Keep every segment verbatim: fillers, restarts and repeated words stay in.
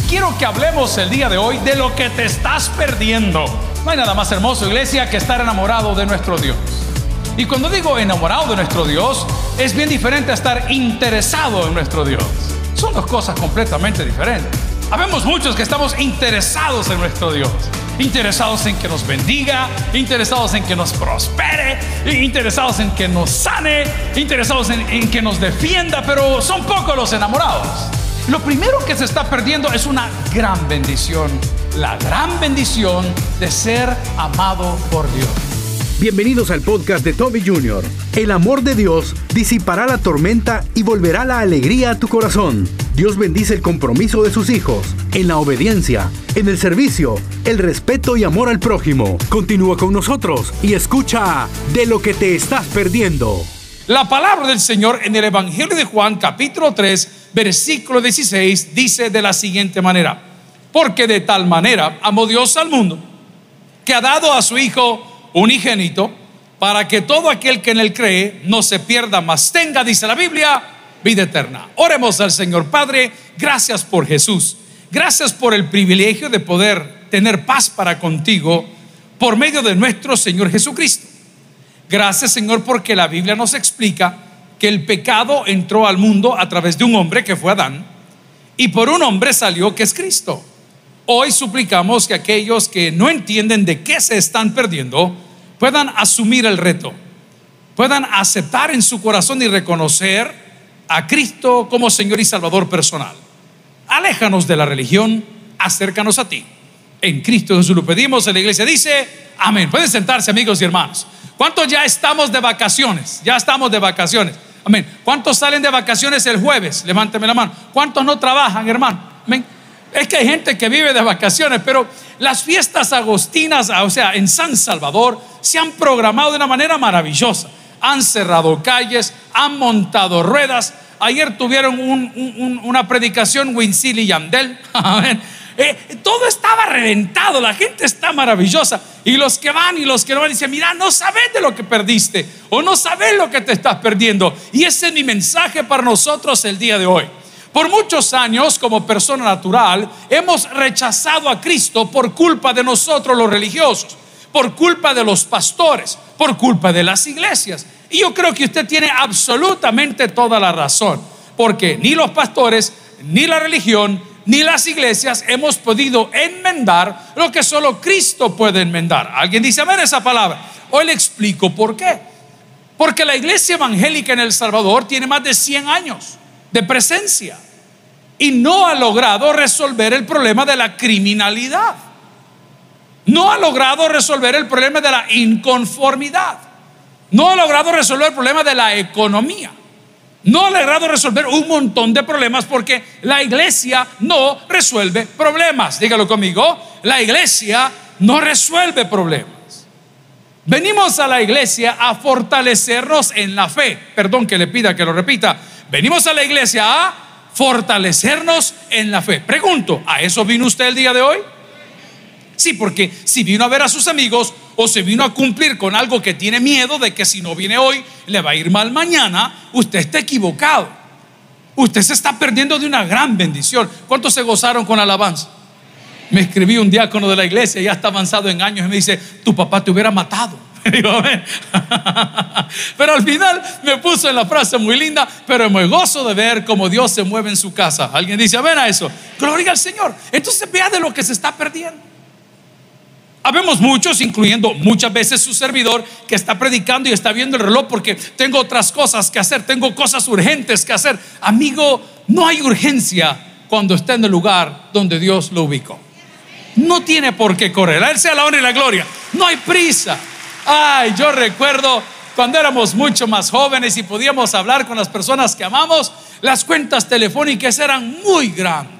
Quiero que hablemos el día de hoy de lo que te estás perdiendo. No hay nada más hermoso, iglesia, que estar enamorado de nuestro Dios. Y cuando digo enamorado de nuestro Dios, es bien diferente a estar interesado en nuestro Dios. Son dos cosas completamente diferentes. Habemos muchos que estamos interesados en nuestro Dios, interesados en que nos bendiga, interesados en que nos prospere, interesados en que nos sane, interesados en, en que nos defienda, pero son pocos los enamorados. Lo primero que se está perdiendo es una gran bendición, la gran bendición de ser amado por Dios. Bienvenidos al podcast de Toby junior El amor de Dios disipará la tormenta y volverá la alegría a tu corazón. Dios bendice el compromiso de sus hijos, en la obediencia, en el servicio, el respeto y amor al prójimo. Continúa con nosotros y escucha de lo que te estás perdiendo. La palabra del Señor en el Evangelio de Juan, capítulo tres, versículo dieciséis, dice de la siguiente manera: porque de tal manera amó Dios al mundo, que ha dado a su Hijo unigénito, para que todo aquel que en él cree no se pierda, mas tenga, dice la Biblia, vida eterna. Oremos al Señor. Padre, gracias por Jesús. Gracias por el privilegio de poder tener paz para contigo por medio de nuestro Señor Jesucristo. Gracias, Señor, porque la Biblia nos explica que el pecado entró al mundo a través de un hombre que fue Adán, y por un hombre salió, que es Cristo. Hoy suplicamos que aquellos que no entienden de qué se están perdiendo puedan asumir el reto, puedan aceptar en su corazón y reconocer a Cristo como Señor y Salvador personal. Aléjanos de la religión, acércanos a ti. En Cristo Jesús lo pedimos. En la iglesia dice amén. Pueden sentarse, amigos y hermanos. ¿Cuántos ya estamos de vacaciones? Ya estamos de vacaciones. Amén. ¿Cuántos salen de vacaciones el jueves? Levánteme la mano. ¿Cuántos no trabajan, hermano? Amén. Es que hay gente que vive de vacaciones, pero las fiestas agostinas, o sea, en San Salvador, se han programado de una manera maravillosa. Han cerrado calles, han montado ruedas. Ayer tuvieron un, un, una predicación Winsil y Yandel. Amén. Eh, todo estaba reventado, la gente está maravillosa. Y los que van y los que no van dicen: mira, no sabes de lo que perdiste, o no sabes lo que te estás perdiendo. Y ese es mi mensaje para nosotros el día de hoy. Por muchos años, como persona natural, hemos rechazado a Cristo por culpa de nosotros los religiosos, por culpa de los pastores, por culpa de las iglesias. Y yo creo que usted tiene absolutamente toda la razón, porque ni los pastores, ni la religión, ni las iglesias hemos podido enmendar lo que solo Cristo puede enmendar. ¿Alguien dice amén a esa palabra? Hoy le explico por qué. Porque la iglesia evangélica en El Salvador tiene más de cien años de presencia y no ha logrado resolver el problema de la criminalidad. No ha logrado resolver el problema de la inconformidad. No ha logrado resolver el problema de la economía. No ha logrado resolver un montón de problemas, porque la iglesia no resuelve problemas. Dígalo conmigo: la iglesia no resuelve problemas. Venimos a la iglesia a fortalecernos en la fe. Perdón que le pida que lo repita. Venimos a la iglesia a fortalecernos en la fe. Pregunto, ¿a eso vino usted el día de hoy? Sí, porque si vino a ver a sus amigos, o se vino a cumplir con algo que tiene miedo de que si no viene hoy le va a ir mal mañana, usted está equivocado. Usted se está perdiendo de una gran bendición. ¿Cuántos se gozaron con la alabanza? Me escribí un diácono de la iglesia, ya está avanzado en años, y me dice: tu papá te hubiera matado. Digo, amén. Pero al final me puso en la frase muy linda: pero me gozo de ver cómo Dios se mueve en su casa. ¿Alguien dice amén a eso? Gloria al Señor. Entonces vea de lo que se está perdiendo. Habemos muchos, incluyendo muchas veces su servidor, que está predicando y está viendo el reloj porque tengo otras cosas que hacer, tengo cosas urgentes que hacer. Amigo, no hay urgencia cuando está en el lugar donde Dios lo ubicó. No tiene por qué correr. A Él sea la honra y la gloria. No hay prisa. Ay, yo recuerdo cuando éramos mucho más jóvenes y podíamos hablar con las personas que amamos, las cuentas telefónicas eran muy grandes.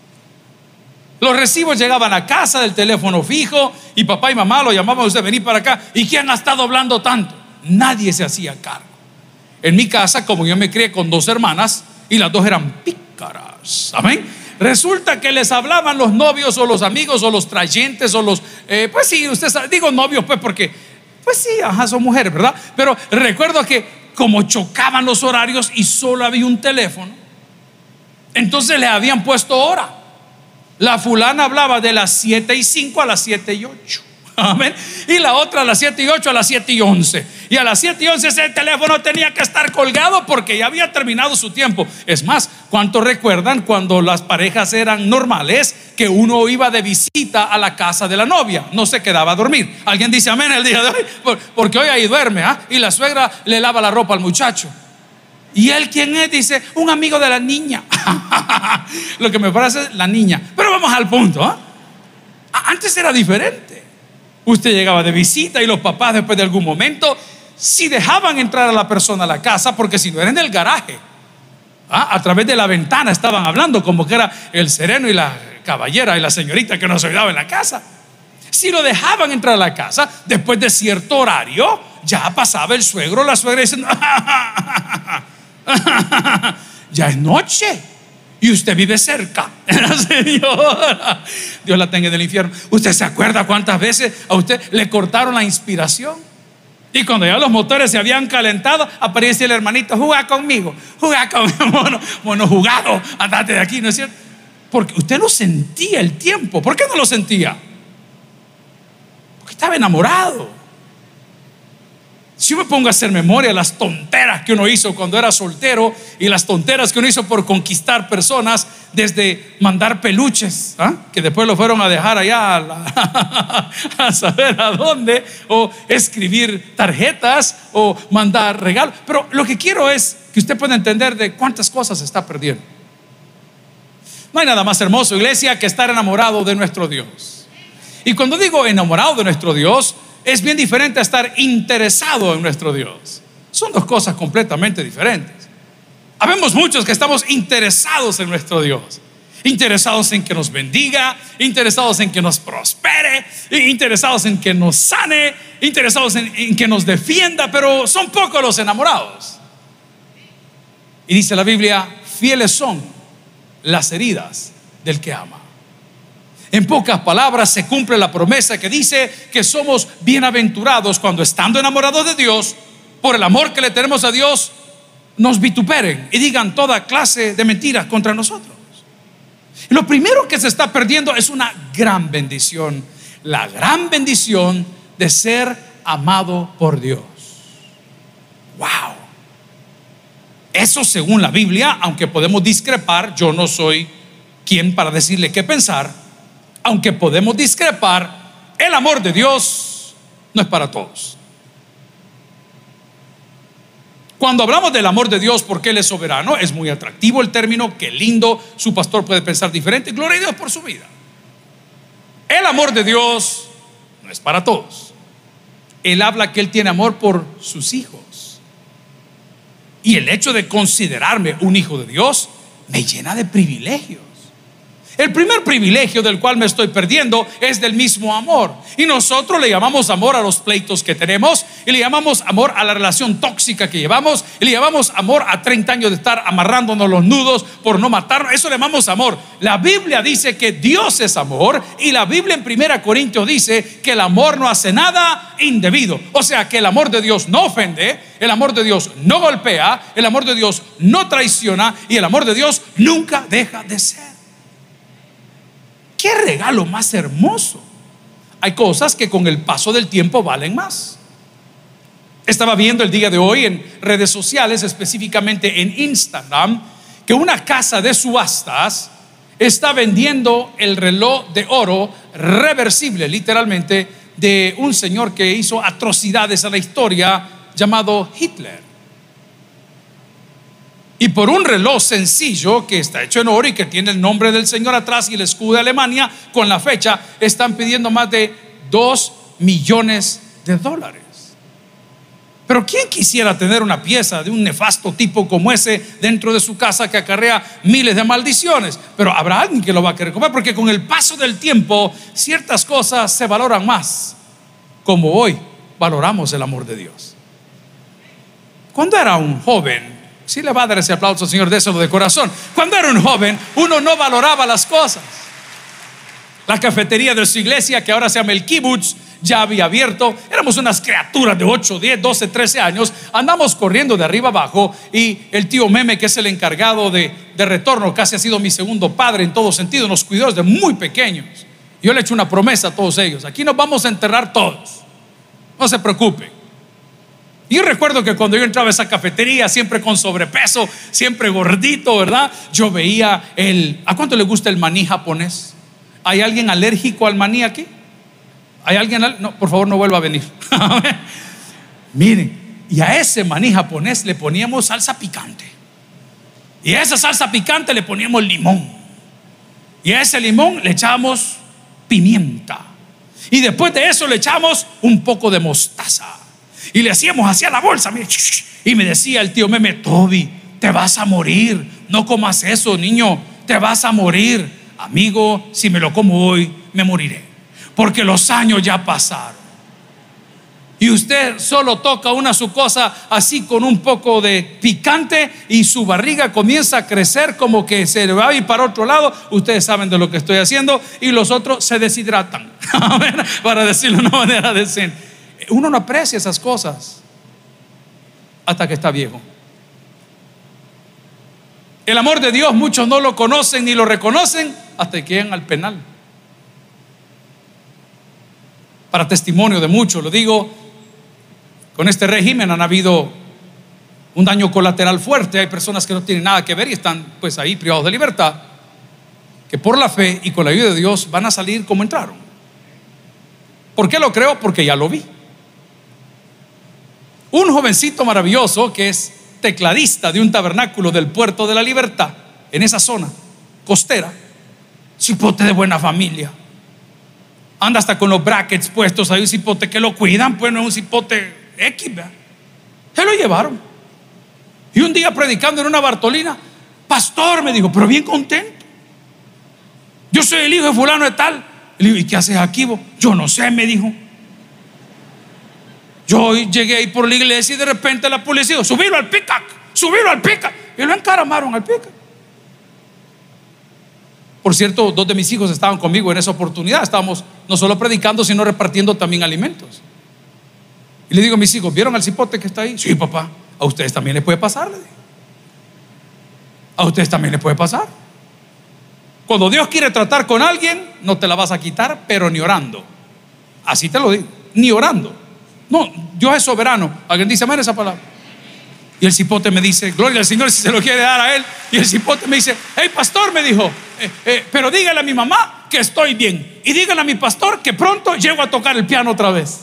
Los recibos llegaban a casa del teléfono fijo y papá y mamá lo llamaban: usted, vení para acá. ¿Y quién ha estado hablando tanto? Nadie se hacía cargo. En mi casa, como yo me crié con dos hermanas y las dos eran pícaras, amén, resulta que les hablaban los novios o los amigos o los trayentes o los, eh, pues sí, usted sabe, digo novios pues porque, pues sí, ajá, son mujeres, ¿verdad? Pero recuerdo que como chocaban los horarios y solo había un teléfono, entonces le habían puesto hora. La fulana hablaba de las siete y cinco a las siete y ocho. Amén. Y la otra a las siete y ocho a las siete y once. Y a las siete y once ese teléfono tenía que estar colgado porque ya había terminado su tiempo. Es más, ¿cuántos recuerdan cuando las parejas eran normales que uno iba de visita a la casa de la novia? No se quedaba a dormir. ¿Alguien dice amén el día de hoy? Porque hoy ahí duerme, ¿ah? Y la suegra le lava la ropa al muchacho. ¿Y él quién es? Dice, un amigo de la niña. Lo que me parece la niña. Pero vamos al punto, ¿eh? Antes era diferente. Usted llegaba de visita y los papás después de algún momento, si dejaban entrar a la persona a la casa, porque si no era en el garaje, ¿ah? A través de la ventana estaban hablando como que era el sereno y la caballera y la señorita que nos ayudaba en la casa. Si lo dejaban entrar a la casa, después de cierto horario, ya pasaba el suegro o la suegra diciendo, ya es noche y usted vive cerca. La señora, Dios la tenga en el infierno. ¿Usted se acuerda cuántas veces a usted le cortaron la inspiración? Y cuando ya los motores se habían calentado, aparece el hermanito, juega conmigo, juega conmigo, mono, mono jugado, andate de aquí, ¿no es cierto? Porque usted no sentía el tiempo. ¿Por qué no lo sentía? Porque estaba enamorado. Si yo me pongo a hacer memoria las tonteras que uno hizo cuando era soltero y las tonteras que uno hizo por conquistar personas, desde mandar peluches, ¿ah? que después lo fueron a dejar allá a, la, a saber a dónde, o escribir tarjetas o mandar regalos. Pero lo que quiero es que usted pueda entender de cuántas cosas se está perdiendo. No hay nada más hermoso, iglesia, que estar enamorado de nuestro Dios. Y cuando digo enamorado de nuestro Dios, es bien diferente a estar interesado en nuestro Dios. Son dos cosas completamente diferentes. Habemos muchos que estamos interesados en nuestro Dios, interesados en que nos bendiga, interesados en que nos prospere, interesados en que nos sane, interesados en, en que nos defienda, pero son pocos los enamorados. Y dice la Biblia, fieles son las heridas del que ama. En pocas palabras se cumple la promesa que dice que somos bienaventurados cuando, estando enamorados de Dios, por el amor que le tenemos a Dios, nos vituperen y digan toda clase de mentiras contra nosotros. Y lo primero que se está perdiendo es una gran bendición, la gran bendición de ser amado por Dios. Wow. Eso, según la Biblia, aunque podemos discrepar, yo no soy quien para decirle qué pensar. Aunque podemos discrepar, el amor de Dios no es para todos. Cuando hablamos del amor de Dios porque Él es soberano, es muy atractivo el término, qué lindo, su pastor puede pensar diferente, gloria a Dios por su vida. El amor de Dios no es para todos. Él habla que Él tiene amor por sus hijos. Y el hecho de considerarme un hijo de Dios me llena de privilegios. El primer privilegio del cual me estoy perdiendo es del mismo amor. Y nosotros le llamamos amor a los pleitos que tenemos, y le llamamos amor a la relación tóxica que llevamos, y le llamamos amor a treinta años de estar amarrándonos los nudos por no matarnos. Eso le llamamos amor. La Biblia dice que Dios es amor, y la Biblia en primera Corintios dice que el amor no hace nada indebido. O sea que el amor de Dios no ofende, el amor de Dios no golpea, el amor de Dios no traiciona, y el amor de Dios nunca deja de ser. ¡Qué regalo más hermoso! Hay cosas que con el paso del tiempo valen más. Estaba viendo el día de hoy en redes sociales, específicamente en Instagram, que una casa de subastas está vendiendo el reloj de oro reversible, literalmente, de un señor que hizo atrocidades a la historia llamado Hitler. Y por un reloj sencillo que está hecho en oro y que tiene el nombre del señor atrás y el escudo de Alemania con la fecha, están pidiendo más de dos millones de dólares. Pero ¿quién quisiera tener una pieza de un nefasto tipo como ese dentro de su casa que acarrea miles de maldiciones? Pero habrá alguien que lo va a querer comprar, porque con el paso del tiempo ciertas cosas se valoran más, como hoy valoramos el amor de Dios. Cuando era un joven, sí le va a dar ese aplauso, Señor, déselo de corazón. Cuando era un joven, uno no valoraba las cosas. La cafetería de su iglesia, que ahora se llama el Kibutz, ya había abierto. Éramos unas criaturas de ocho, diez, doce, trece años. Andamos corriendo de arriba abajo. Y el tío Meme, que es el encargado de, de retorno, casi ha sido mi segundo padre en todo sentido, nos cuidó desde muy pequeños. Yo le he hecho una promesa a todos ellos: aquí nos vamos a enterrar todos, no se preocupen. Y yo recuerdo que cuando yo entraba a esa cafetería, siempre con sobrepeso, siempre gordito, ¿verdad? Yo veía el... ¿A cuánto le gusta el maní japonés? ¿Hay alguien alérgico al maní aquí? ¿Hay alguien? Al... No, por favor, no vuelva a venir. Miren, y a ese maní japonés le poníamos salsa picante. Y a esa salsa picante le poníamos limón. Y a ese limón le echábamos pimienta. Y después de eso le echamos un poco de mostaza. Y le hacíamos hacia la bolsa, mire, y me decía el tío Meme: Toby, te vas a morir, no comas eso, niño, te vas a morir. Amigo, si me lo como hoy, me moriré, porque los años ya pasaron. Y usted solo toca una su cosa así con un poco de picante y su barriga comienza a crecer, como que se le va a ir para otro lado. Ustedes saben de lo que estoy haciendo. Y los otros se deshidratan, para decirlo de una manera decente. Uno no aprecia esas cosas hasta que está viejo. El amor de Dios muchos no lo conocen ni lo reconocen hasta que llegan al penal. Para testimonio de muchos, lo digo, con este régimen han habido un daño colateral fuerte. Hay personas que no tienen nada que ver y están pues ahí privados de libertad, que por la fe y con la ayuda de Dios van a salir como entraron. ¿Por qué lo creo? Porque ya lo vi. Un jovencito maravilloso que es tecladista de un tabernáculo del Puerto de la Libertad, en esa zona costera, cipote de buena familia, anda hasta con los brackets puestos. Hay un cipote que lo cuidan, pues no es un cipote X, ¿verdad? Se lo llevaron. Y un día predicando en una Bartolina: pastor, me dijo, pero bien contento, yo soy el hijo de fulano de tal. Le digo: ¿y qué haces aquí vos? Yo no sé, me dijo. Yo llegué ahí por la iglesia y de repente la policía dijo: subilo al picac, subilo al picac. Y lo encaramaron al picac. Por cierto, dos de mis hijos estaban conmigo en esa oportunidad. Estábamos no solo predicando, sino repartiendo también alimentos. Y le digo a mis hijos: ¿vieron al cipote que está ahí? Sí, papá. A ustedes también les puede pasar, le digo. A ustedes también les puede pasar. Cuando Dios quiere tratar con alguien, no te la vas a quitar, pero ni orando. Así te lo digo, ni orando. No, Dios es soberano. Alguien dice amén esa palabra. Y el cipote me dice: gloria al Señor si se lo quiere dar a él. Y el cipote me dice: hey pastor, me dijo, eh, eh, pero dígale a mi mamá que estoy bien, y dígale a mi pastor que pronto llego a tocar el piano otra vez.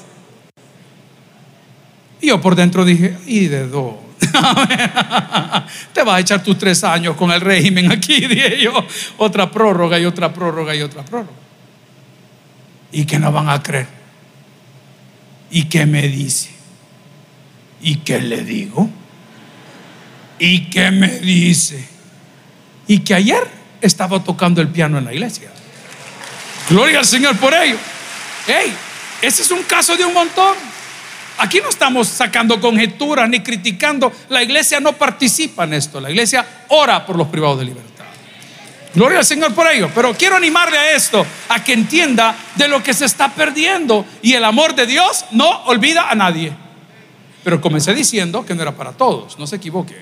Y yo por dentro dije: y de dos te vas a echar tus tres años con el régimen aquí, dije yo. Otra prórroga y otra prórroga y otra prórroga. Y que no van a creer. ¿Y qué me dice? ¿Y qué le digo? ¿Y qué me dice? Y que ayer estaba tocando el piano en la iglesia. Gloria al Señor por ello. Hey, ese es un caso de un montón. Aquí no estamos sacando conjeturas ni criticando. La iglesia no participa en esto. La iglesia ora por los privados de libertad. Gloria al Señor por ello. Pero quiero animarle a esto, a que entienda de lo que se está perdiendo. Y el amor de Dios no olvida a nadie. Pero comencé diciendo que no era para todos, no se equivoque.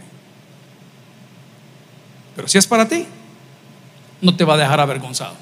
Pero si es para ti, no te va a dejar avergonzado.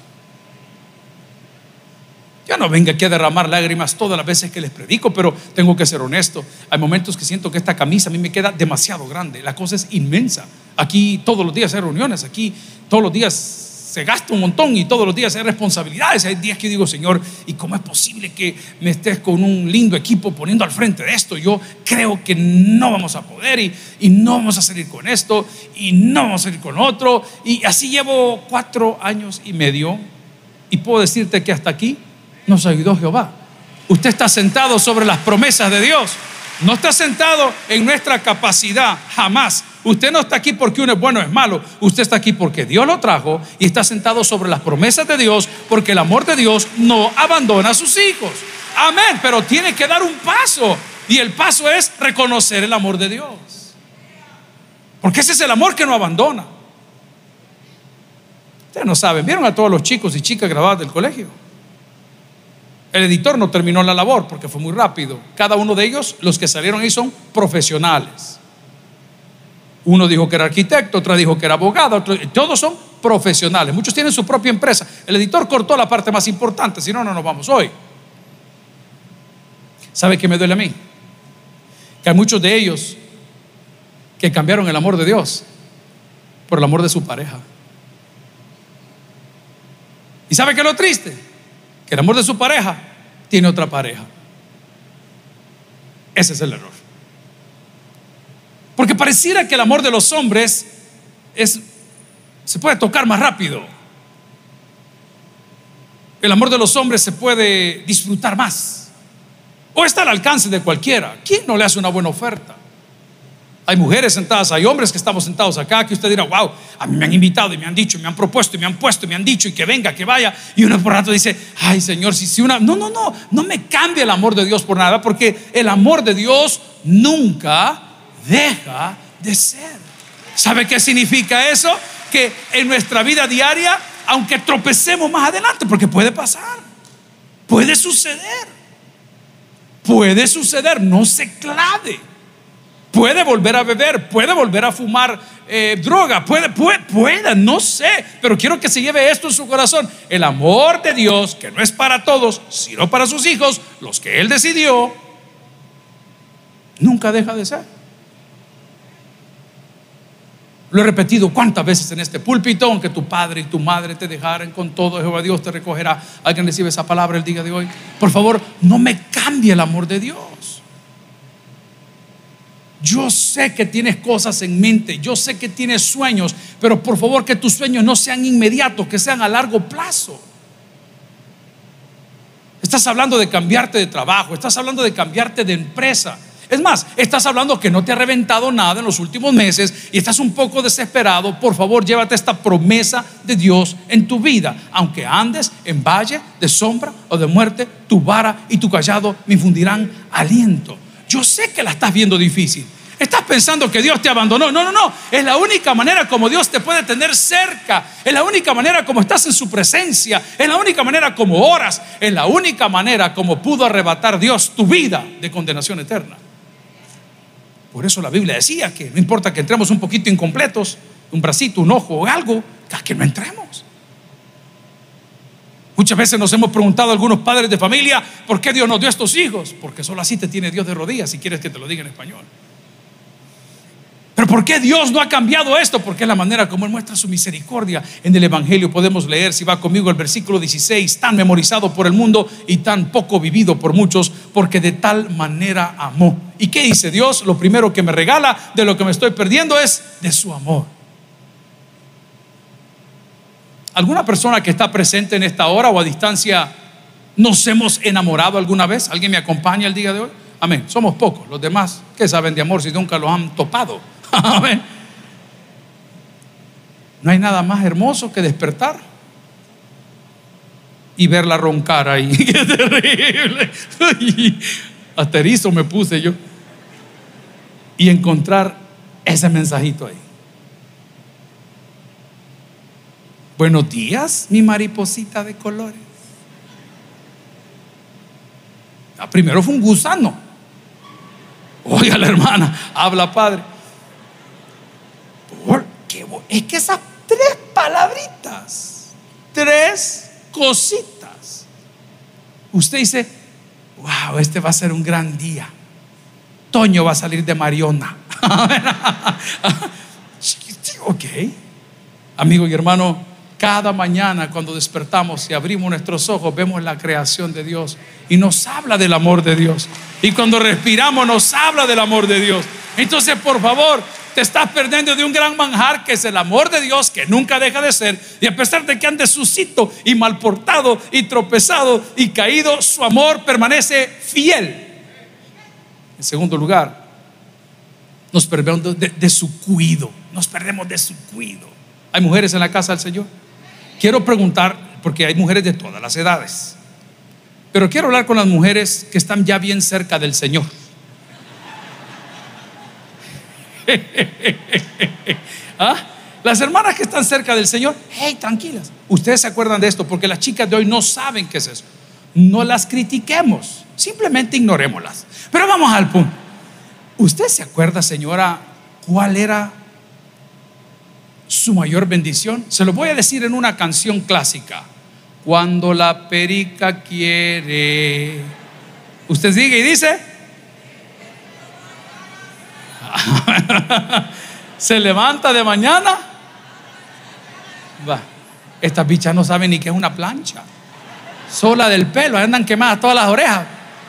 Ya no venga aquí a derramar lágrimas todas las veces que les predico, pero tengo que ser honesto. Hay momentos que siento que esta camisa a mí me queda demasiado grande. La cosa es inmensa. Aquí todos los días hay reuniones, aquí todos los días se gasta un montón y todos los días hay responsabilidades. Hay días que digo: Señor, ¿y cómo es posible que me estés con un lindo equipo poniendo al frente de esto? Yo creo que no vamos a poder y, y no vamos a salir con esto y no vamos a salir con otro. Y así llevo cuatro años y medio y puedo decirte que hasta aquí nos ayudó Jehová. Usted está sentado sobre las promesas de Dios. No está sentado en nuestra capacidad, jamás. Usted no está aquí porque uno es bueno o es malo. Usted está aquí porque Dios lo trajo y está sentado sobre las promesas de Dios, porque el amor de Dios no abandona a sus hijos. Amén. Pero tiene que dar un paso, y el paso es reconocer el amor de Dios, porque ese es el amor que no abandona. Ustedes no saben, vieron a todos los chicos y chicas graduadas del colegio. El editor no terminó la labor porque fue muy rápido. Cada uno de ellos, los que salieron ahí, son profesionales. Uno dijo que era arquitecto, otro dijo que era abogado, otro, todos son profesionales. Muchos tienen su propia empresa. El editor cortó la parte más importante, si no, no nos vamos hoy. ¿Sabe qué me duele a mí? Que hay muchos de ellos que cambiaron el amor de Dios por el amor de su pareja. ¿Y sabe qué es lo triste? Que el amor de su pareja tiene otra pareja. Ese es el error. Porque pareciera que el amor de los hombres es, se puede tocar más rápido. El amor de los hombres se puede disfrutar más, o está al alcance de cualquiera. ¿Quién no le hace una buena oferta? Hay mujeres sentadas, hay hombres que estamos sentados acá, que usted dirá: wow, a mí me han invitado y me han dicho, me han propuesto y me han puesto y me han dicho y que venga, que vaya. Y uno por rato dice: ay, Señor, si, si una... No, no, no, no me cambie el amor de Dios por nada, porque el amor de Dios nunca deja de ser. ¿Sabe qué significa eso? Que en nuestra vida diaria, aunque tropecemos más adelante, porque puede pasar, puede suceder, puede suceder, no se clave. Puede volver a beber, puede volver a fumar eh, droga, puede, puede, puede, no sé, pero quiero que se lleve esto en su corazón. El amor de Dios, que no es para todos, sino para sus hijos, los que Él decidió, nunca deja de ser. Lo he repetido cuántas veces en este púlpito: aunque tu padre y tu madre te dejaren, con todo Jehová Dios te recogerá. ¿Alguien recibe esa palabra el día de hoy? Por favor, no me cambie el amor de Dios. Yo sé que tienes cosas en mente, yo sé que tienes sueños, pero por favor que tus sueños no sean inmediatos, que sean a largo plazo. Estás hablando de cambiarte de trabajo, estás hablando de cambiarte de empresa. Es más, estás hablando que no te ha reventado nada en los últimos meses y estás un poco desesperado. Por favor, llévate esta promesa de Dios en tu vida. Aunque andes en valle de sombra o de muerte, tu vara y tu cayado me infundirán aliento. Yo sé que la estás viendo difícil. Estás pensando que Dios te abandonó. No, no, no. Es la única manera como Dios te puede tener cerca. Es la única manera como estás en su presencia. Es la única manera como oras. Es la única manera como pudo arrebatar Dios tu vida de condenación eterna. Por eso la Biblia decía que no importa que entremos un poquito incompletos, un bracito, un ojo o algo, que no entremos. Muchas veces nos hemos preguntado a algunos padres de familia: ¿por qué Dios nos dio estos hijos? Porque solo así te tiene Dios de rodillas, si quieres que te lo diga en español. Pero ¿por qué Dios no ha cambiado esto? Porque es la manera como Él muestra su misericordia. En el Evangelio podemos leer, si va conmigo, el versículo dieciséis, tan memorizado por el mundo y tan poco vivido por muchos: porque de tal manera amó. ¿Y qué dice Dios? Lo primero que me regala de lo que me estoy perdiendo es de su amor. ¿Alguna persona que está presente en esta hora o a distancia nos hemos enamorado alguna vez? ¿Alguien me acompaña el día de hoy? Amén. Somos pocos. Los demás, ¿qué saben de amor si nunca los han topado? Amén. No hay nada más hermoso que despertar y verla roncar ahí. ¡Qué terrible! Hasta erizo me puse yo. Y encontrar ese mensajito ahí: buenos días, mi mariposita de colores. Ah, primero fue un gusano. Oiga, la hermana, habla padre. Porque es que esas tres palabritas, tres cositas, usted dice: wow, este va a ser un gran día. Toño va a salir de Mariona. Ok, amigo y hermano, cada mañana cuando despertamos y abrimos nuestros ojos, vemos la creación de Dios y nos habla del amor de Dios. Y cuando respiramos nos habla del amor de Dios. Entonces, por favor, te estás perdiendo de un gran manjar, que es el amor de Dios, que nunca deja de ser. Y a pesar de que andes sucito y mal portado y tropezado y caído, su amor permanece fiel. En segundo lugar, nos perdemos de, de su cuido. Nos perdemos de su cuido. ¿Hay mujeres en la casa del Señor? Quiero preguntar, porque hay mujeres de todas las edades, pero quiero hablar con las mujeres que están ya bien cerca del Señor. ¿Ah? Las hermanas que están cerca del Señor, hey, tranquilas. Ustedes se acuerdan de esto, porque las chicas de hoy no saben qué es eso. no las critiquemos, simplemente ignorémoslas. Pero vamos al punto. ¿Usted se acuerda, señora, cuál era su mayor bendición? Se lo voy a decir en una canción clásica. Cuando la perica quiere. Usted sigue y dice. Se levanta de mañana. Va. Estas bichas no saben ni qué es una plancha. Sola del pelo, andan quemadas todas las orejas.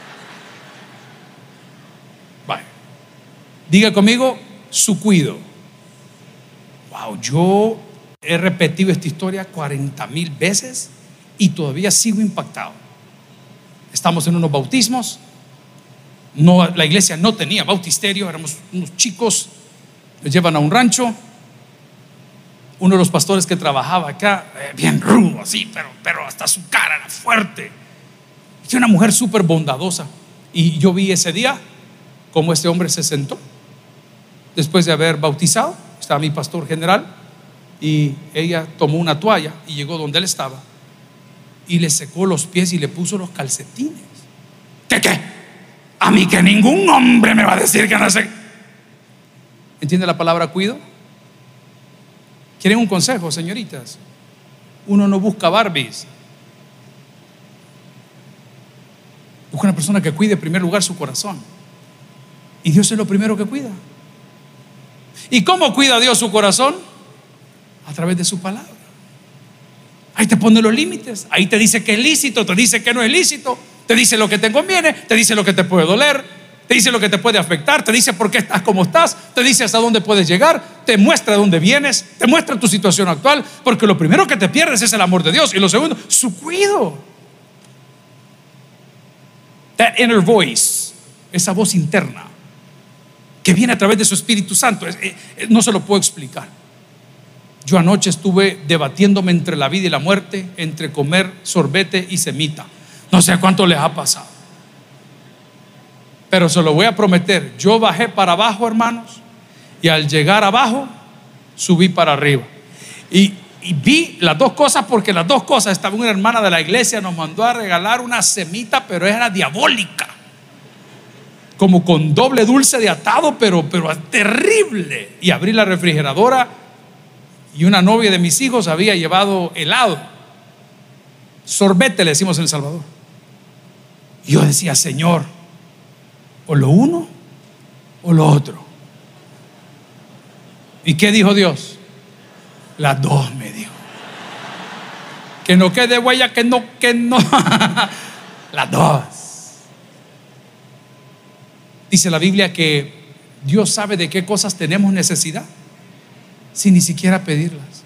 Va. Diga conmigo, su cuido. Wow, yo he repetido esta historia cuarenta mil veces y todavía sigo impactado. Estamos en unos bautismos. No, la iglesia no tenía bautisterio, éramos unos chicos. Nos llevan a un rancho. Uno de los pastores que trabajaba acá, eh, bien rudo así, pero, pero hasta su cara era fuerte. Y una mujer súper bondadosa. Y yo vi ese día cómo este hombre se sentó después de haber bautizado. Estaba mi pastor general y ella tomó una toalla y llegó donde él estaba y le secó los pies y le puso los calcetines. ¿Qué qué? A mí que ningún hombre me va a decir que no sé. ¿Entiende la palabra cuido? ¿Quieren un consejo, señoritas? Uno no busca Barbies. Busca una persona que cuide en primer lugar su corazón. Y Dios es lo primero que cuida. ¿Y cómo cuida Dios su corazón? A través de su palabra. Ahí te pone los límites. Ahí te dice que es lícito, te dice que no es lícito, te dice lo que te conviene, te dice lo que te puede doler, te dice lo que te puede afectar, te dice por qué estás como estás, te dice hasta dónde puedes llegar, te muestra de dónde vienes, te muestra tu situación actual. Porque lo primero que te pierdes es el amor de Dios. Y lo segundo, su cuidado. That inner voice, esa voz interna que viene a través de su Espíritu Santo, no se lo puedo explicar. Yo anoche estuve debatiéndome entre la vida y la muerte, entre comer sorbete y semita. No sé cuánto les ha pasado, pero se lo voy a prometer. Yo bajé para abajo, hermanos, y al llegar abajo subí para arriba. Y, y vi las dos cosas, porque las dos cosas. Estaba una hermana de la iglesia, nos mandó a regalar una semita, pero era diabólica, como con doble dulce de atado, pero, pero terrible. Y abrí la refrigeradora y una novia de mis hijos había llevado helado, sorbete le decimos en El Salvador. Y yo decía, Señor, o lo uno o lo otro. ¿Y qué dijo Dios? Las dos, me dijo. Que no quede huella, que no, que no. Las dos. Dice la Biblia que Dios sabe de qué cosas tenemos necesidad sin ni siquiera pedirlas.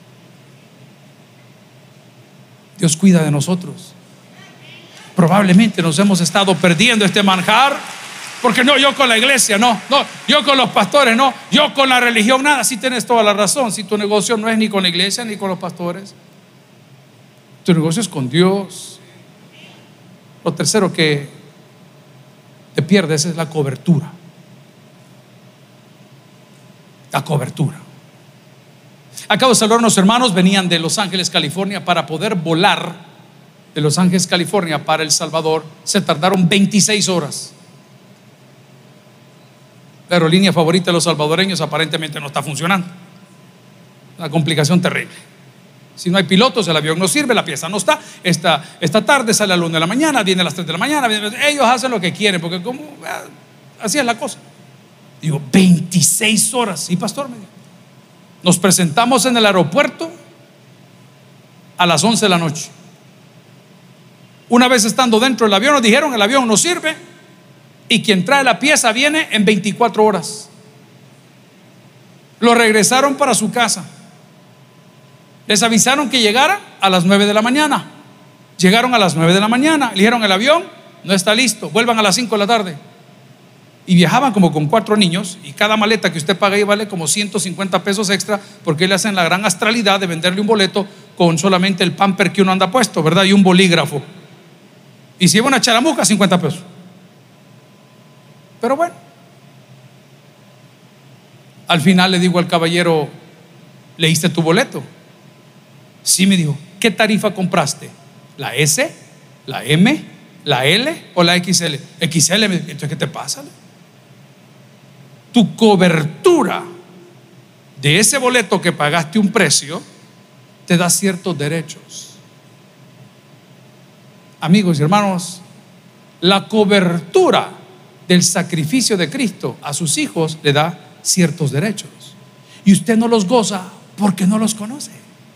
Dios cuida de nosotros. Probablemente nos hemos estado perdiendo este manjar, porque no, yo con la iglesia, no, no, yo con los pastores, no, yo con la religión, nada. Si tienes toda la razón. Si tu negocio no es ni con la iglesia ni con los pastores, tu negocio es con Dios. Lo tercero que te pierdes es la cobertura. La cobertura. Acabo de saludar a unos hermanos, venían de Los Ángeles, California. Para poder volar de Los Ángeles, California para El Salvador se tardaron veintiséis horas. La aerolínea favorita de los salvadoreños aparentemente no está funcionando. Una complicación terrible. Si no hay pilotos, el avión no sirve, la pieza no está. Esta, esta tarde sale a la una de la mañana, viene a las tres de la mañana, viene, ellos hacen lo que quieren, porque como así es la cosa. Digo, veintiséis horas. Sí, pastor, me dijo. Nos presentamos en el aeropuerto a las once de la noche. Una vez estando dentro del avión nos dijeron, el avión no sirve y quien trae la pieza viene en veinticuatro horas. Lo regresaron para su casa. Les avisaron que llegaran a las nueve de la mañana. Llegaron a las nueve de la mañana. Le dijeron, el avión no está listo, vuelvan a las cinco de la tarde. Y viajaban como con cuatro niños, y cada maleta que usted paga ahí vale como ciento cincuenta pesos extra, porque le hacen la gran astralidad de venderle un boleto con solamente el pamper que uno anda puesto, ¿verdad? Y un bolígrafo. Y si lleva una charamuca, cincuenta pesos. Pero bueno, al final le digo al caballero, ¿leíste tu boleto? Sí, me dijo. ¿Qué tarifa compraste? ¿La S, la M ¿La L o la X L? X L. Entonces, ¿qué te pasa? Tu cobertura de ese boleto que pagaste un precio te da ciertos derechos. Amigos y hermanos, la cobertura del sacrificio de Cristo a sus hijos le da ciertos derechos, y usted no los goza porque no los conoce.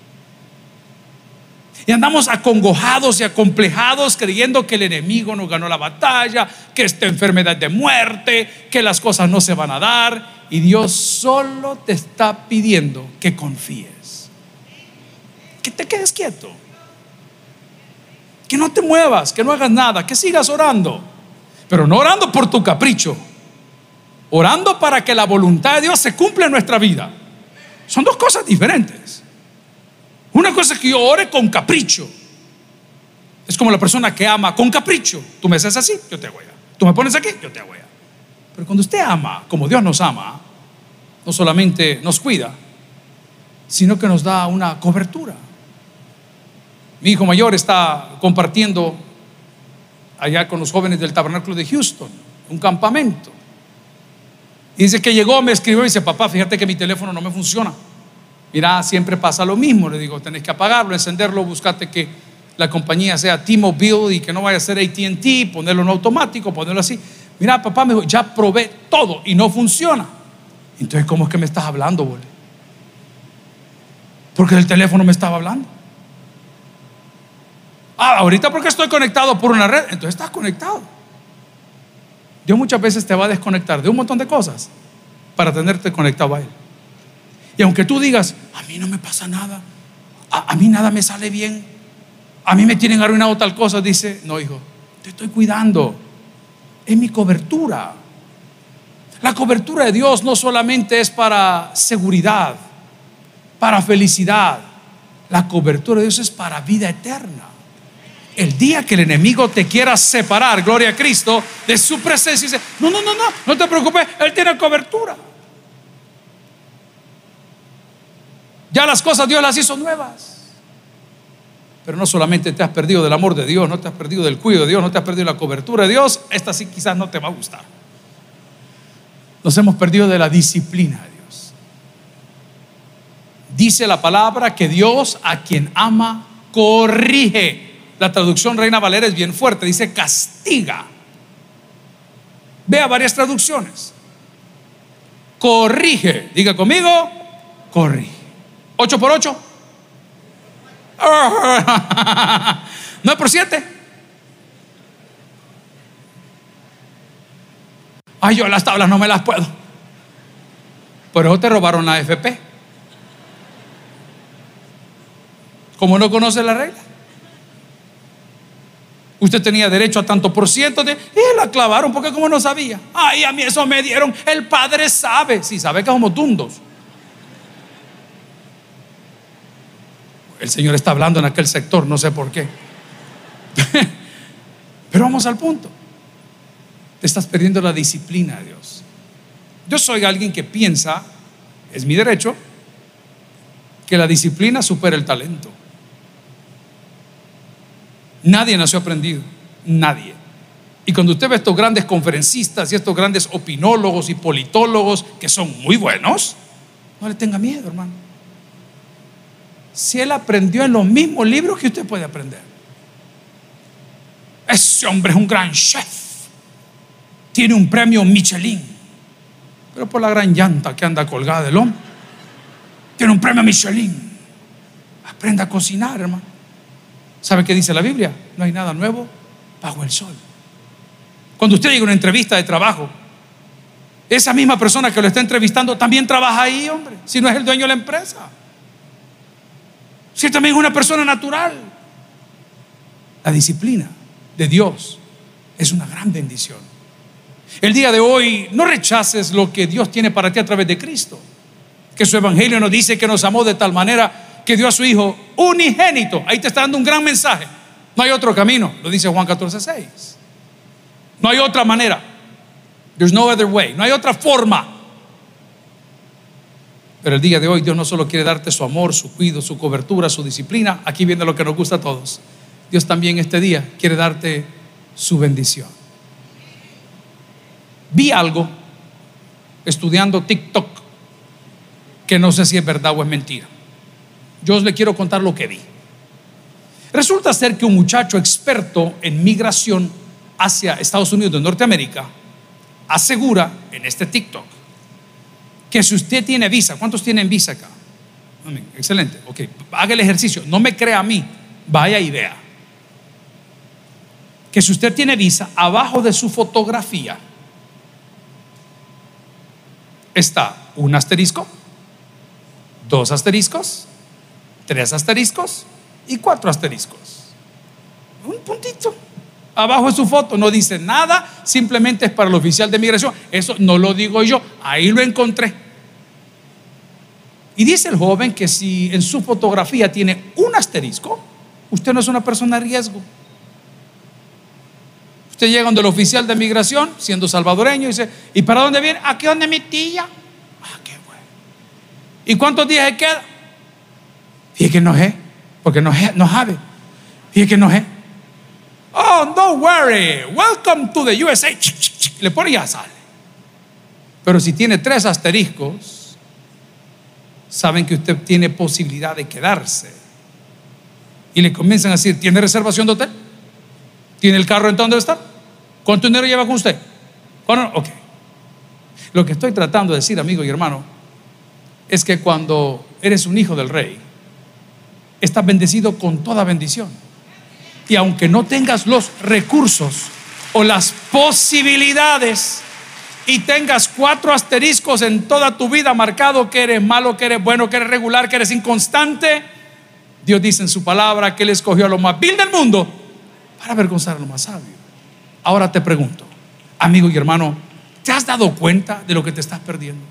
Y andamos acongojados y acomplejados creyendo que el enemigo nos ganó la batalla, que esta enfermedad de muerte, que las cosas no se van a dar. Y Dios solo te está pidiendo que confíes, que te quedes quieto, que no te muevas, que no hagas nada, que sigas orando, pero no orando por tu capricho, orando para que la voluntad de Dios se cumpla en nuestra vida. Son dos cosas diferentes. Una cosa es que yo ore con capricho. Es como la persona que ama con capricho. Tú me haces así, yo te hago allá. Tú me pones aquí, yo te hago allá. Pero cuando usted ama como Dios nos ama, no solamente nos cuida, sino que nos da una cobertura. Mi hijo mayor está compartiendo allá con los jóvenes del tabernáculo de Houston un campamento, y dice que llegó, me escribió y dice: papá, fíjate que mi teléfono no me funciona. Mira, siempre pasa lo mismo. Le digo: tenés que apagarlo, encenderlo, buscate que la compañía sea T-Mobile y que no vaya a ser A T and T, ponerlo en automático, ponerlo así. Mira, papá, me dijo, ya probé todo y no funciona. Entonces, ¿cómo es que me estás hablando, boludo? Porque el teléfono me estaba hablando. Ah, ahorita porque estoy conectado por una red. Entonces estás conectado. Dios muchas veces te va a desconectar de un montón de cosas para tenerte conectado a Él. Y aunque tú digas: a mí no me pasa nada, a, a mí nada me sale bien, a mí me tienen arruinado tal cosa, dice: no, hijo, te estoy cuidando, es mi cobertura. La cobertura de Dios no solamente es para seguridad, para felicidad. La cobertura de Dios es para vida eterna. El día que el enemigo te quiera separar, gloria a Cristo, de su presencia, dice: no, no, no, no, no te preocupes, Él tiene cobertura. Ya las cosas Dios las hizo nuevas. Pero no solamente te has perdido del amor de Dios, no te has perdido del cuidado de Dios, no te has perdido de la cobertura de Dios. Esta sí quizás no te va a gustar. Nos hemos perdido de la disciplina de Dios. Dice la palabra que Dios a quien ama corrige. La traducción Reina Valera es bien fuerte, dice castiga. Vea varias traducciones. Corrige, diga conmigo, corrige. Ocho por ocho, nueve por siete. Ay, yo las tablas no me las puedo. Por eso te robaron la A F P. Como no conoce la regla. Usted tenía derecho a tanto por ciento de, y la clavaron porque como no sabía. Ay, a mí eso me dieron. El padre sabe. Si sabe que somos tundos. El Señor está hablando en aquel sector, no sé por qué. Pero vamos al punto. Te estás perdiendo la disciplina de Dios. Yo soy alguien que piensa, es mi derecho, que la disciplina supera el talento. Nadie nació aprendido, nadie. Y cuando usted ve estos grandes conferencistas y estos grandes opinólogos y politólogos que son muy buenos, no le tenga miedo, hermano. Si él aprendió en los mismos libros que usted puede aprender. Ese hombre es un gran chef, tiene un premio Michelin, pero por la gran llanta que anda colgada del hombre, tiene un premio Michelin. Aprenda a cocinar, hermano. ¿Sabe qué dice la Biblia? No hay nada nuevo bajo el sol. Cuando usted llega a una entrevista de trabajo, esa misma persona que lo está entrevistando también trabaja ahí, hombre. Si no es el dueño de la empresa, si también es una persona natural. La disciplina de Dios es una gran bendición. El día de hoy no rechaces lo que Dios tiene para ti a través de Cristo, que su evangelio nos dice que nos amó de tal manera que dio a su hijo unigénito. Ahí te está dando un gran mensaje. No hay otro camino, lo dice Juan catorce seis. No hay otra manera. There's no other way. No hay otra forma. Pero el día de hoy Dios no solo quiere darte su amor, su cuidado, su cobertura, su disciplina. Aquí viene lo que nos gusta a todos. Dios también este día quiere darte su bendición. Vi algo estudiando TikTok que no sé si es verdad o es mentira. Yo os le quiero contar lo que vi. Resulta ser que un muchacho experto en migración hacia Estados Unidos de Norteamérica asegura en este TikTok que si usted tiene visa, ¿cuántos tienen visa acá? Excelente, ok, haga el ejercicio, no me crea a mí, vaya y vea que si usted tiene visa, abajo de su fotografía está un asterisco, dos asteriscos, tres asteriscos y cuatro asteriscos. Un puntito abajo de su foto, no dice nada, simplemente es para el oficial de migración. Eso no lo digo yo, ahí lo encontré. Y dice el joven que si en su fotografía tiene un asterisco, usted no es una persona de riesgo. Usted llega donde el oficial de migración, siendo salvadoreño, y dice: ¿y para dónde viene? Aquí donde mi tía. Ah, qué bueno. ¿Y cuántos días se queda? Fíjate que no es, porque no es, no sabe. Fíjate que no es. Oh, don't worry, welcome to the U S A. Le pone y ya sale. Pero si tiene tres asteriscos, saben que usted tiene posibilidad de quedarse. Y le comienzan a decir: ¿tiene reservación de hotel? ¿Tiene el carro en dónde está? ¿Cuánto dinero lleva con usted? ¿Cuándo? Ok. Lo que estoy tratando de decir, amigo y hermano, es que cuando eres un hijo del rey, estás bendecido con toda bendición. Y aunque no tengas los recursos o las posibilidades y tengas cuatro asteriscos en toda tu vida marcado, que eres malo, que eres bueno, que eres regular, que eres inconstante, Dios dice en su palabra que Él escogió a lo más vil del mundo para avergonzar a lo más sabio. Ahora te pregunto, amigo y hermano, ¿te has dado cuenta de lo que te estás perdiendo?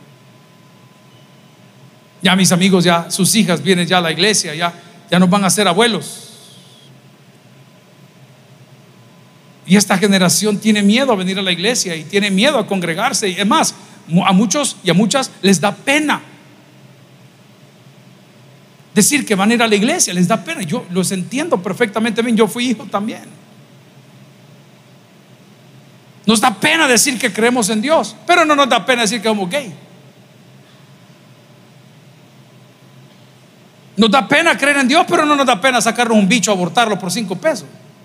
Ya mis amigos, ya sus hijas vienen ya a la iglesia, ya, ya nos van a ser abuelos. Y esta generación tiene miedo a venir a la iglesia y tiene miedo a congregarse. Y es más, a muchos y a muchas les da pena decir que van a ir a la iglesia, les da pena. Yo los entiendo perfectamente bien, yo fui hijo también. Nos da pena decir que creemos en Dios, pero no nos da pena decir que somos gay. Nos da pena creer en Dios, pero no nos da pena sacarnos un bicho, abortarlo por cinco pesos.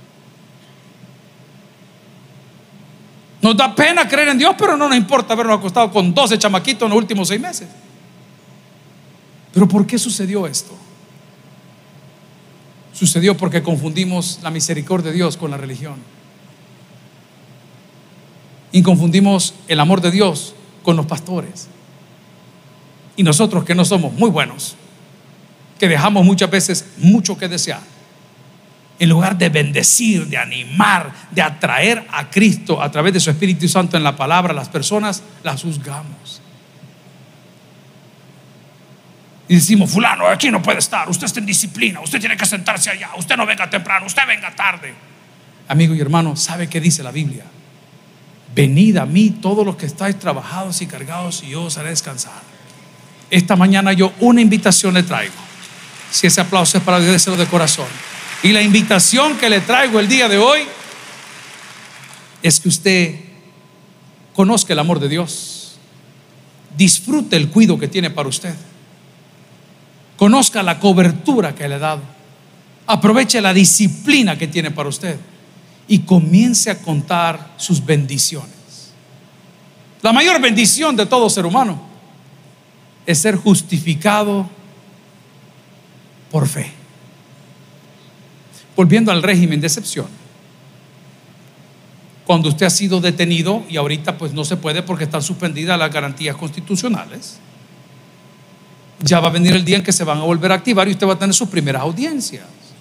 Nos da pena creer en Dios, pero no nos importa habernos acostado con doce chamaquitos en los últimos seis meses. Pero ¿por qué sucedió esto? Sucedió porque confundimos la misericordia de Dios con la religión. Y confundimos el amor de Dios con los pastores. Y nosotros, que no somos muy buenos, que dejamos muchas veces mucho que desear, en lugar de bendecir, de animar, de atraer a Cristo a través de su Espíritu Santo en la palabra, las personas las juzgamos. Y decimos: fulano, aquí no puede estar, usted está en disciplina, usted tiene que sentarse allá, usted no venga temprano, usted venga tarde. Amigo y hermano, ¿sabe qué dice la Biblia? Venid a mí todos los que estáis trabajados y cargados, y yo os haré descansar. Esta mañana yo una invitación le traigo. Si ese aplauso es para agradecerlo de corazón. Y la invitación que le traigo el día de hoy es que usted conozca el amor de Dios, disfrute el cuidado que tiene para usted, conozca la cobertura que le ha dado, aproveche la disciplina que tiene para usted y comience a contar sus bendiciones. La mayor bendición de todo ser humano es ser justificado por fe. Volviendo al régimen de excepción, cuando usted ha sido detenido y ahorita pues no se puede porque están suspendidas las garantías constitucionales, ya va a venir el día en que se van a volver a activar y usted va a tener sus primeras audiencias.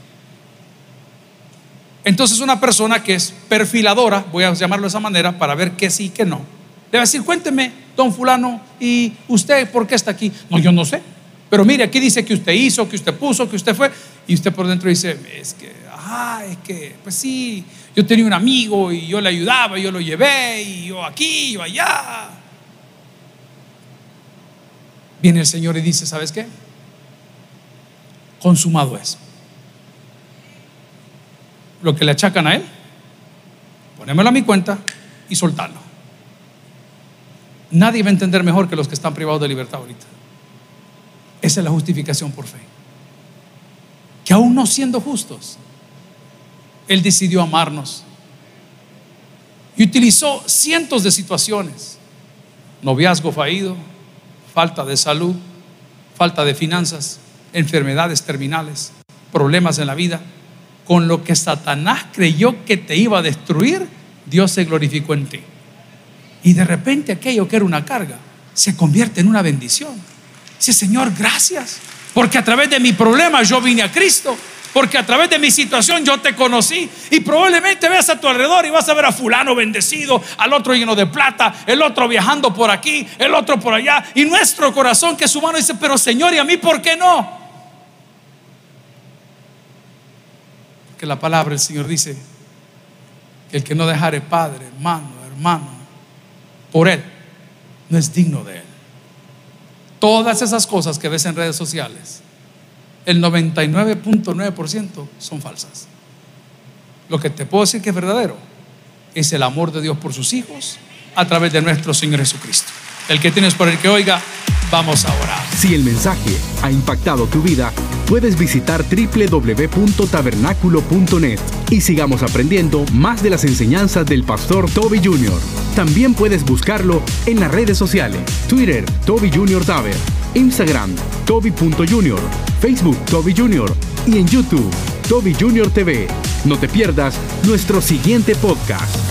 Entonces una persona que es perfiladora, voy a llamarlo de esa manera para ver qué sí y qué no, le va a decir: cuénteme, don fulano, ¿y usted por qué está aquí? No, yo no sé, pero mire, aquí dice que usted hizo, que usted puso, que usted fue. Y usted por dentro dice: es que, ah, es que, pues sí, yo tenía un amigo y yo le ayudaba, yo lo llevé, y yo aquí, yo allá. Viene el Señor y dice: ¿sabes qué? Consumado es. Lo que le achacan a Él, ponérmelo a mi cuenta y soltarlo. Nadie va a entender mejor que los que están privados de libertad ahorita. Esa es la justificación por fe. Que aún no siendo justos, Él decidió amarnos y utilizó cientos de situaciones: noviazgo fallido, falta de salud, falta de finanzas, enfermedades terminales, problemas en la vida. Con lo que Satanás creyó que te iba a destruir, Dios se glorificó en ti. Y de repente aquello que era una carga se convierte en una bendición. Dice: Señor, gracias, porque a través de mi problema yo vine a Cristo, porque a través de mi situación yo te conocí. Y probablemente veas a tu alrededor y vas a ver a fulano bendecido, al otro lleno de plata, el otro viajando por aquí, el otro por allá. Y nuestro corazón, que es humano, dice: pero Señor, ¿y a mí por qué no? Que la palabra del Señor dice que el que no dejare padre, hermano, hermano, por él, no es digno de él. Todas esas cosas que ves en redes sociales, el noventa y nueve punto nueve por ciento son falsas. Lo que te puedo decir que es verdadero es el amor de Dios por sus hijos a través de nuestro Señor Jesucristo. El que tienes por el que oiga, vamos a orar. Si el mensaje ha impactado tu vida, puedes visitar doble u doble u doble u punto tabernáculo punto net y sigamos aprendiendo más de las enseñanzas del pastor Toby junior También puedes buscarlo en las redes sociales: Twitter, Toby junior Taber, Instagram, Toby punto junior, Facebook, Toby junior y en YouTube, Toby junior T V. No te pierdas nuestro siguiente podcast.